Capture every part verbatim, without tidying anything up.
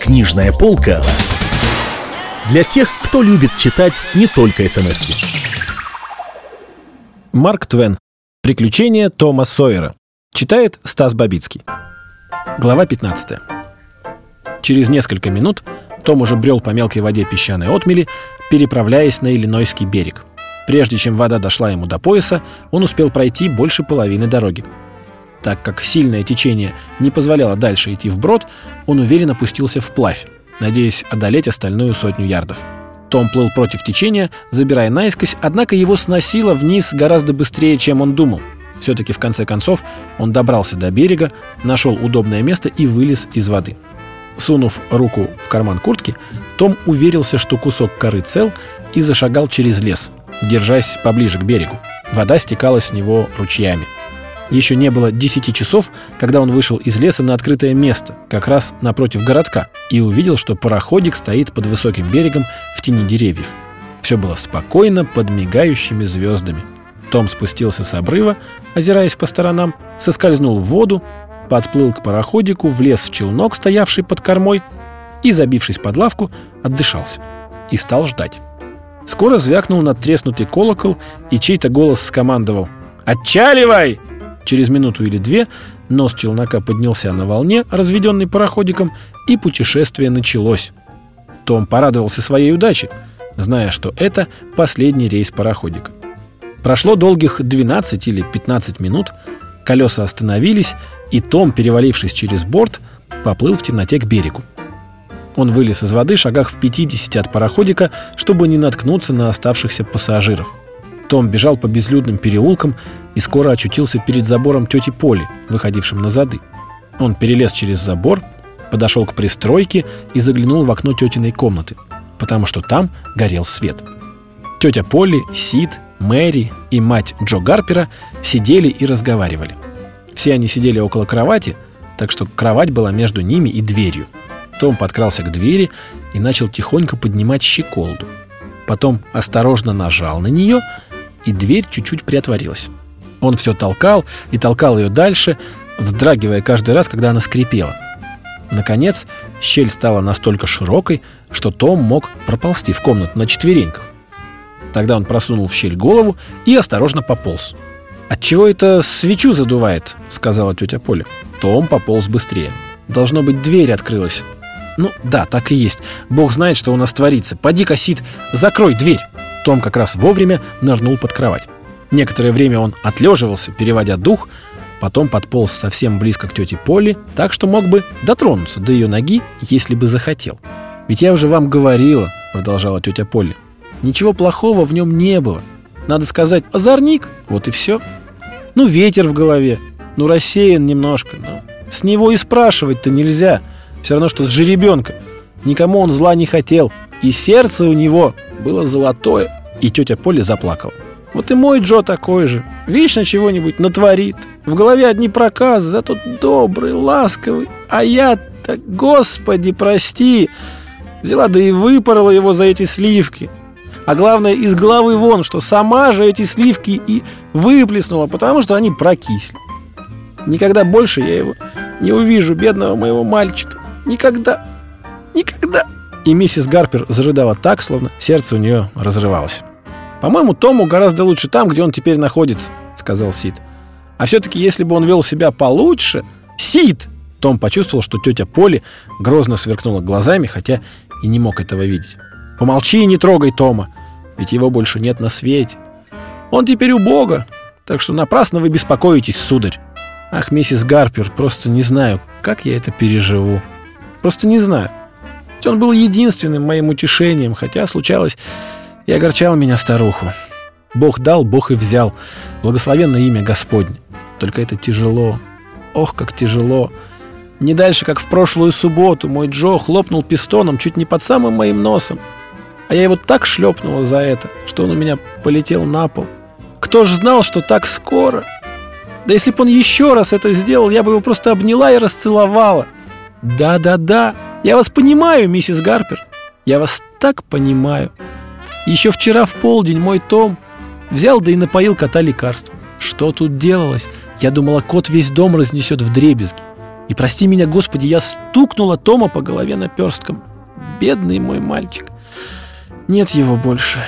Книжная полка для тех, кто любит читать не только эс-эм-эски. Марк Твен. Приключения Тома Сойера. Читает Стас Бабицкий. Глава пятнадцатая. Через несколько минут Том уже брел по мелкой воде песчаной отмели, переправляясь на Иллинойский берег. Прежде чем вода дошла ему до пояса, он успел пройти больше половины дороги. Так как сильное течение не позволяло дальше идти вброд, он уверенно пустился вплавь, надеясь одолеть остальную сотню ярдов. Том плыл против течения, забирая наискось, однако его сносило вниз гораздо быстрее, чем он думал. Все-таки в конце концов он добрался до берега, нашел удобное место и вылез из воды. Сунув руку в карман куртки, Том уверился, что кусок коры цел, и зашагал через лес, держась поближе к берегу. Вода стекала с него ручьями. Еще не было десяти часов, когда он вышел из леса на открытое место, как раз напротив городка, и увидел, что пароходик стоит под высоким берегом в тени деревьев. Все было спокойно под мигающими звездами. Том спустился с обрыва, озираясь по сторонам, соскользнул в воду, подплыл к пароходику, влез в челнок, стоявший под кормой, и, забившись под лавку, отдышался и стал ждать. Скоро звякнул надтреснутый колокол, и чей-то голос скомандовал: «Отчаливай!» Через минуту или две нос челнока поднялся на волне, разведенный пароходиком, и путешествие началось. Том порадовался своей удаче, зная, что это последний рейс пароходика. Прошло долгих двенадцать или пятнадцать минут, колеса остановились, и Том, перевалившись через борт, поплыл в темноте к берегу. Он вылез из воды шагах в пятидесяти от пароходика, чтобы не наткнуться на оставшихся пассажиров. Том бежал по безлюдным переулкам и скоро очутился перед забором тети Поли, выходившим на зады. Он перелез через забор, подошел к пристройке и заглянул в окно тетиной комнаты, потому что там горел свет. Тетя Полли, Сид, Мэри и мать Джо Гарпера сидели и разговаривали. Все они сидели около кровати, так что кровать была между ними и дверью. Том подкрался к двери и начал тихонько поднимать щеколду. Потом осторожно нажал на нее, и дверь чуть-чуть приотворилась. Он все толкал и толкал ее дальше, вздрагивая каждый раз, когда она скрипела. Наконец, щель стала настолько широкой, что Том мог проползти в комнату на четвереньках. Тогда он просунул в щель голову и осторожно пополз. «Отчего это свечу задувает?» — сказала тетя Поля. Том пополз быстрее. Должно быть, дверь открылась. «Ну да, так и есть. Бог знает, что у нас творится. Поди-ка, Сид, закрой дверь!» Том как раз вовремя нырнул под кровать. Некоторое время он отлеживался, переводя дух, потом подполз совсем близко к тете Полли, так что мог бы дотронуться до ее ноги, если бы захотел. «Ведь я уже вам говорила», — продолжала тетя Полли, — «ничего плохого в нем не было. Надо сказать, озорник, вот и все. Ну, ветер в голове, ну, рассеян немножко, ну, с него и спрашивать-то нельзя. Все равно, что с жеребенка. Никому он зла не хотел, и сердце у него было золотое». И тетя Полли заплакала. «Вот и мой Джо такой же. Вечно чего-нибудь натворит. В голове одни проказы, зато добрый, ласковый. А я-то, Господи, прости, взяла да и выпорола его за эти сливки. А главное, из головы вон, что сама же эти сливки и выплеснула, потому что они прокисли. Никогда больше я его не увижу, бедного моего мальчика. Никогда, никогда». И миссис Гарпер зарыдала так, словно сердце у нее разрывалось. «По-моему, Тому гораздо лучше там, где он теперь находится», — сказал Сид. «А все-таки, если бы он вел себя получше...» «Сид!» Том почувствовал, что тетя Полли грозно сверкнула глазами, хотя и не мог этого видеть. «Помолчи и не трогай Тома, ведь его больше нет на свете. Он теперь у Бога, так что напрасно вы беспокоитесь, сударь. Ах, миссис Гарпер, просто не знаю, как я это переживу. Просто не знаю. Ведь он был единственным моим утешением, хотя случалось и огорчал меня старуху. Бог дал, Бог и взял. Благословенное имя Господне. Только это тяжело. Ох, как тяжело. Не дальше, как в прошлую субботу, мой Джо хлопнул пистоном чуть не под самым моим носом. А я его так шлепнула за это, что он у меня полетел на пол. Кто ж знал, что так скоро? Да если бы он еще раз это сделал, я бы его просто обняла и расцеловала. Да-да-да, я вас понимаю, миссис Гарпер. Я вас так понимаю. Еще вчера в полдень мой Том взял да и напоил кота лекарством. Что тут делалось? Я думала, кот весь дом разнесет вдребезги. И, прости меня, Господи, я стукнула Тома по голове наперстком. Бедный мой мальчик. Нет его больше.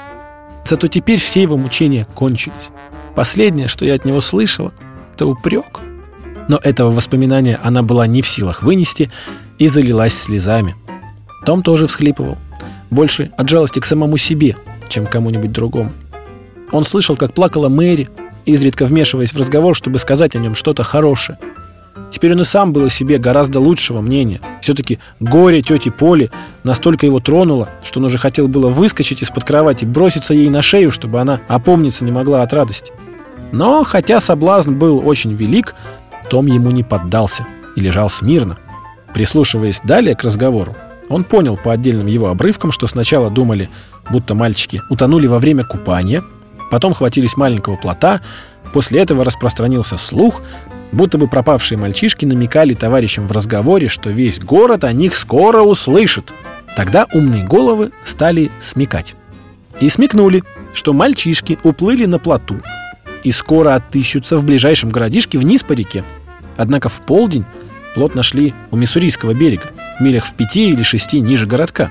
Зато теперь все его мучения кончились. Последнее, что я от него слышала, это упрек. Но этого воспоминания она была не в силах вынести и залилась слезами. Том тоже всхлипывал. Больше от жалости к самому себе, чем к кому-нибудь другому. Он слышал, как плакала Мэри, изредка вмешиваясь в разговор, чтобы сказать о нем что-то хорошее. Теперь он и сам был о себе гораздо лучшего мнения. Все-таки горе тети Поли настолько его тронуло, что он уже хотел было выскочить из-под кровати, броситься ей на шею, чтобы она опомниться не могла от радости. Но, хотя соблазн был очень велик, Том ему не поддался и лежал смирно. Прислушиваясь далее к разговору, он понял по отдельным его обрывкам, что сначала думали, будто мальчики утонули во время купания, потом хватились маленького плота, после этого распространился слух, будто бы пропавшие мальчишки намекали товарищам в разговоре, что весь город о них скоро услышит. Тогда умные головы стали смекать. И смекнули, что мальчишки уплыли на плоту и скоро отыщутся в ближайшем городишке вниз по реке. Однако в полдень плот нашли у Миссурийского берега, милях в пяти или шести ниже городка.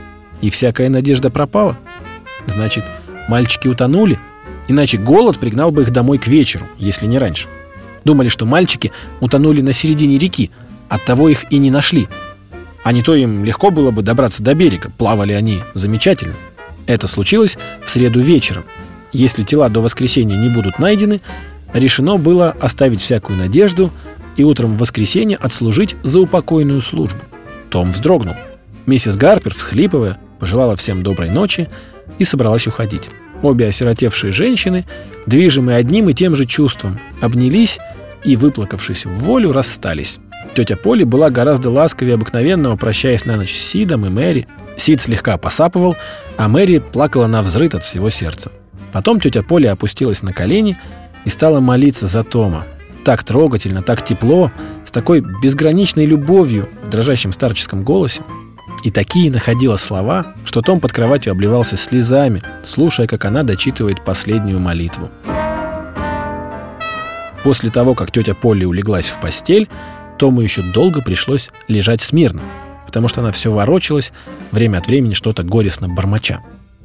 И всякая надежда пропала. Значит, мальчики утонули, иначе голод пригнал бы их домой к вечеру, если не раньше. Думали, что мальчики утонули на середине реки, оттого их и не нашли. А не то им легко было бы добраться до берега, плавали они замечательно. Это случилось в среду вечером. Если тела до воскресенья не будут найдены, решено было оставить всякую надежду и утром в воскресенье отслужить заупокойную службу. Том вздрогнул. Миссис Гарпер, всхлипывая, пожелала всем доброй ночи и собралась уходить. Обе осиротевшие женщины, движимые одним и тем же чувством, обнялись и, выплакавшись в волю, расстались. Тетя Поли была гораздо ласковее обыкновенного, прощаясь на ночь с Сидом и Мэри. Сид слегка посапывал, а Мэри плакала навзрыд от всего сердца. Потом тетя Поли опустилась на колени и стала молиться за Тома. Так трогательно, так тепло, с такой безграничной любовью в дрожащем старческом голосе. И такие находила слова, что Том под кроватью обливался слезами, слушая, как она дочитывает последнюю молитву. После того, как тетя Полли улеглась в постель, Тому еще долго пришлось лежать смирно, потому что она все ворочалась, время от времени что-то горестно бормоча.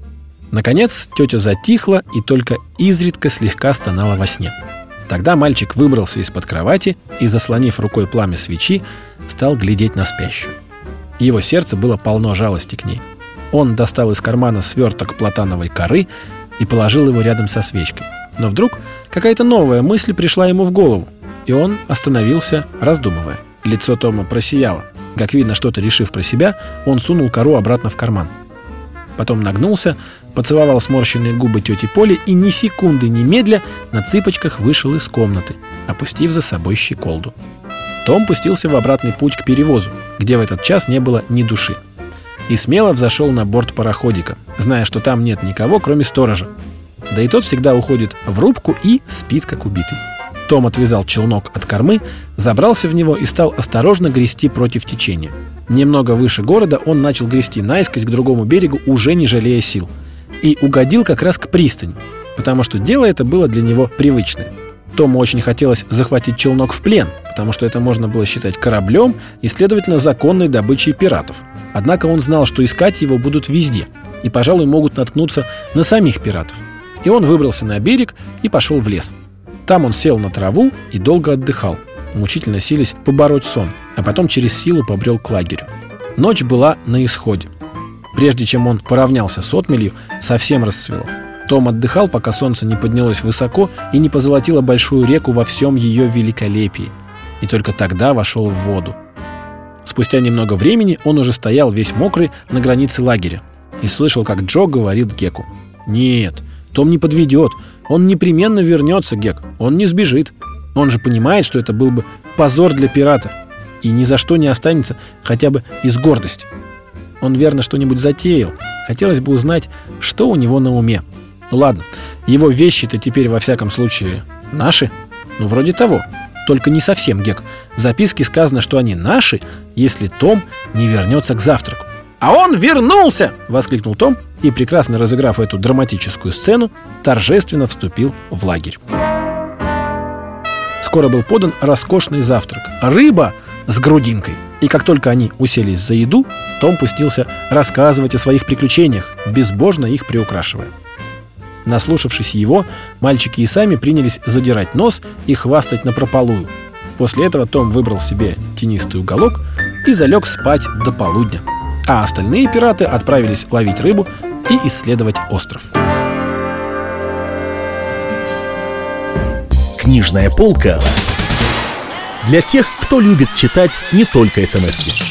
Наконец тетя затихла и только изредка слегка стонала во сне. Тогда мальчик выбрался из-под кровати и, заслонив рукой пламя свечи, стал глядеть на спящую. Его сердце было полно жалости к ней. Он достал из кармана сверток платановой коры и положил его рядом со свечкой. Но вдруг какая-то новая мысль пришла ему в голову, и он остановился, раздумывая. Лицо Тома просияло. Как видно, что-то решив про себя, он сунул кору обратно в карман. Потом нагнулся, поцеловал сморщенные губы тети Поли и ни секунды ни медля на цыпочках вышел из комнаты, опустив за собой щеколду. Том пустился в обратный путь к перевозу, где в этот час не было ни души, и смело взошел на борт пароходика, зная, что там нет никого, кроме сторожа. Да и тот всегда уходит в рубку и спит, как убитый. Том отвязал челнок от кормы, забрался в него и стал осторожно грести против течения. Немного выше города он начал грести наискось к другому берегу, уже не жалея сил, и угодил как раз к пристани, потому что дело это было для него привычное. Тому очень хотелось захватить челнок в плен, потому что это можно было считать кораблем и, следовательно, законной добычей пиратов. Однако он знал, что искать его будут везде, и, пожалуй, могут наткнуться на самих пиратов. И он выбрался на берег и пошел в лес. Там он сел на траву и долго отдыхал, мучительно силясь побороть сон, а потом через силу побрел к лагерю. Ночь была на исходе. Прежде чем он поравнялся с отмелью, совсем расцвело. Том отдыхал, пока солнце не поднялось высоко и не позолотило большую реку во всем ее великолепии, и только тогда вошел в воду. Спустя немного времени он уже стоял весь мокрый на границе лагеря и слышал, как Джо говорит Геку: «Нет, Том не подведет, он непременно вернется, Гек, он не сбежит. Он же понимает, что это был бы позор для пирата и ни за что не останется хотя бы из гордости. Он верно что-нибудь затеял, хотелось бы узнать, что у него на уме. Ну ладно, его вещи-то теперь во всяком случае наши. Ну вроде того, только не совсем, Гек. В записке сказано, что они наши, если Том не вернется к завтраку». «А он вернулся!» — воскликнул Том и, прекрасно разыграв эту драматическую сцену, торжественно вступил в лагерь. скоро был подан роскошный завтрак — рыба с грудинкой. И как только они уселись за еду, Том пустился рассказывать о своих приключениях, безбожно их приукрашивая. Наслушавшись его, мальчики и сами принялись задирать нос и хвастать напропалую. После этого Том выбрал себе тенистый уголок и залег спать до полудня, а остальные пираты отправились ловить рыбу и исследовать остров. Книжная полка для тех, кто любит читать не только эс эм эски.